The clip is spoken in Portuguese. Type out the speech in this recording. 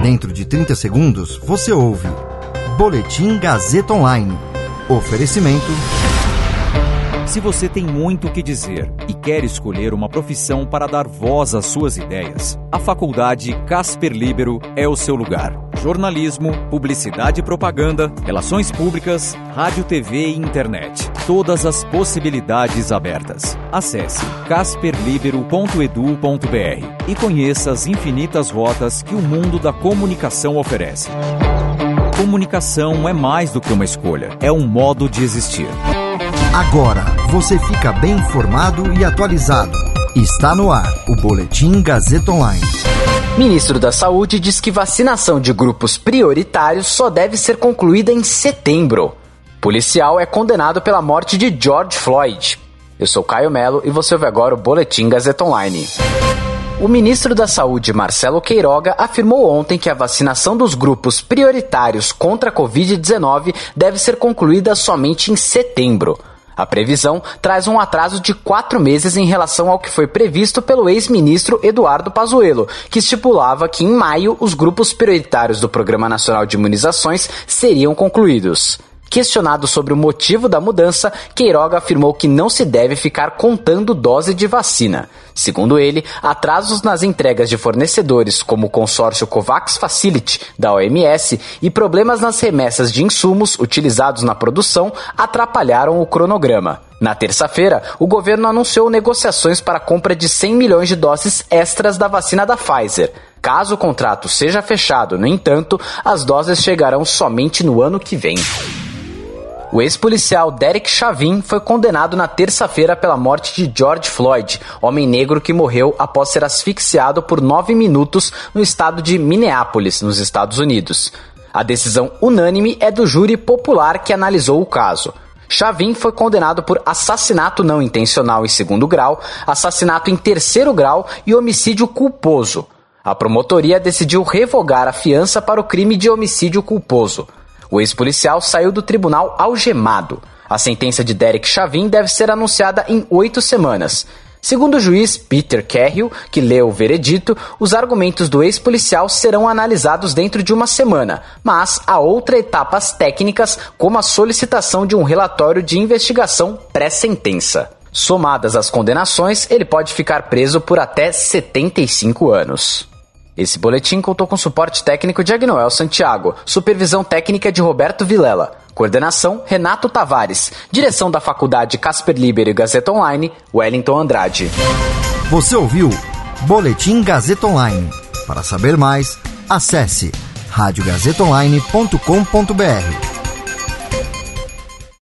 Dentro de 30 segundos, você ouve Boletim Gazeta Online. Oferecimento... Se você tem muito o que dizer e quer escolher uma profissão para dar voz às suas ideias, a Faculdade Casper Líbero é o seu lugar. Jornalismo, publicidade e propaganda, relações públicas, rádio, TV e internet. Todas as possibilidades abertas. Acesse casperlibero.edu.br e conheça as infinitas rotas que o mundo da comunicação oferece. Comunicação é mais do que uma escolha, é um modo de existir. Agora você fica bem informado e atualizado. Está no ar o Boletim Gazeta Online. Ministro da Saúde diz que vacinação de grupos prioritários só deve ser concluída em setembro. Policial é condenado pela morte de George Floyd. Eu sou Caio Melo e você ouve agora o Boletim Gazeta Online. O ministro da Saúde, Marcelo Queiroga, afirmou ontem que a vacinação dos grupos prioritários contra a Covid-19 deve ser concluída somente em setembro. A previsão traz um atraso de 4 meses em relação ao que foi previsto pelo ex-ministro Eduardo Pazuello, que estipulava que em maio os grupos prioritários do Programa Nacional de Imunizações seriam concluídos. Questionado sobre o motivo da mudança, Queiroga afirmou que não se deve ficar contando dose de vacina. Segundo ele, atrasos nas entregas de fornecedores como o consórcio COVAX Facility da OMS e problemas nas remessas de insumos utilizados na produção atrapalharam o cronograma. Na terça-feira, o governo anunciou negociações para a compra de 100 milhões de doses extras da vacina da Pfizer. Caso o contrato seja fechado, no entanto, as doses chegarão somente no ano que vem. O ex-policial Derek Chauvin foi condenado na terça-feira pela morte de George Floyd, homem negro que morreu após ser asfixiado por 9 minutos no estado de Minneapolis, nos Estados Unidos. A decisão unânime é do júri popular que analisou o caso. Chauvin foi condenado por assassinato não intencional em 2º grau, assassinato em 3º grau e homicídio culposo. A promotoria decidiu revogar a fiança para o crime de homicídio culposo. O ex-policial saiu do tribunal algemado. A sentença de Derek Chauvin deve ser anunciada em 8 semanas. Segundo o juiz Peter Cahill, que leu o veredito, os argumentos do ex-policial serão analisados dentro de uma semana, mas há outras etapas técnicas, como a solicitação de um relatório de investigação pré-sentença. Somadas as condenações, ele pode ficar preso por até 75 anos. Esse boletim contou com suporte técnico de Agnoel Santiago, supervisão técnica de Roberto Vilela, coordenação Renato Tavares, direção da Faculdade Casper Líbero e Gazeta Online, Wellington Andrade. Você ouviu Boletim Gazeta Online. Para saber mais, acesse radiogazetaonline.com.br.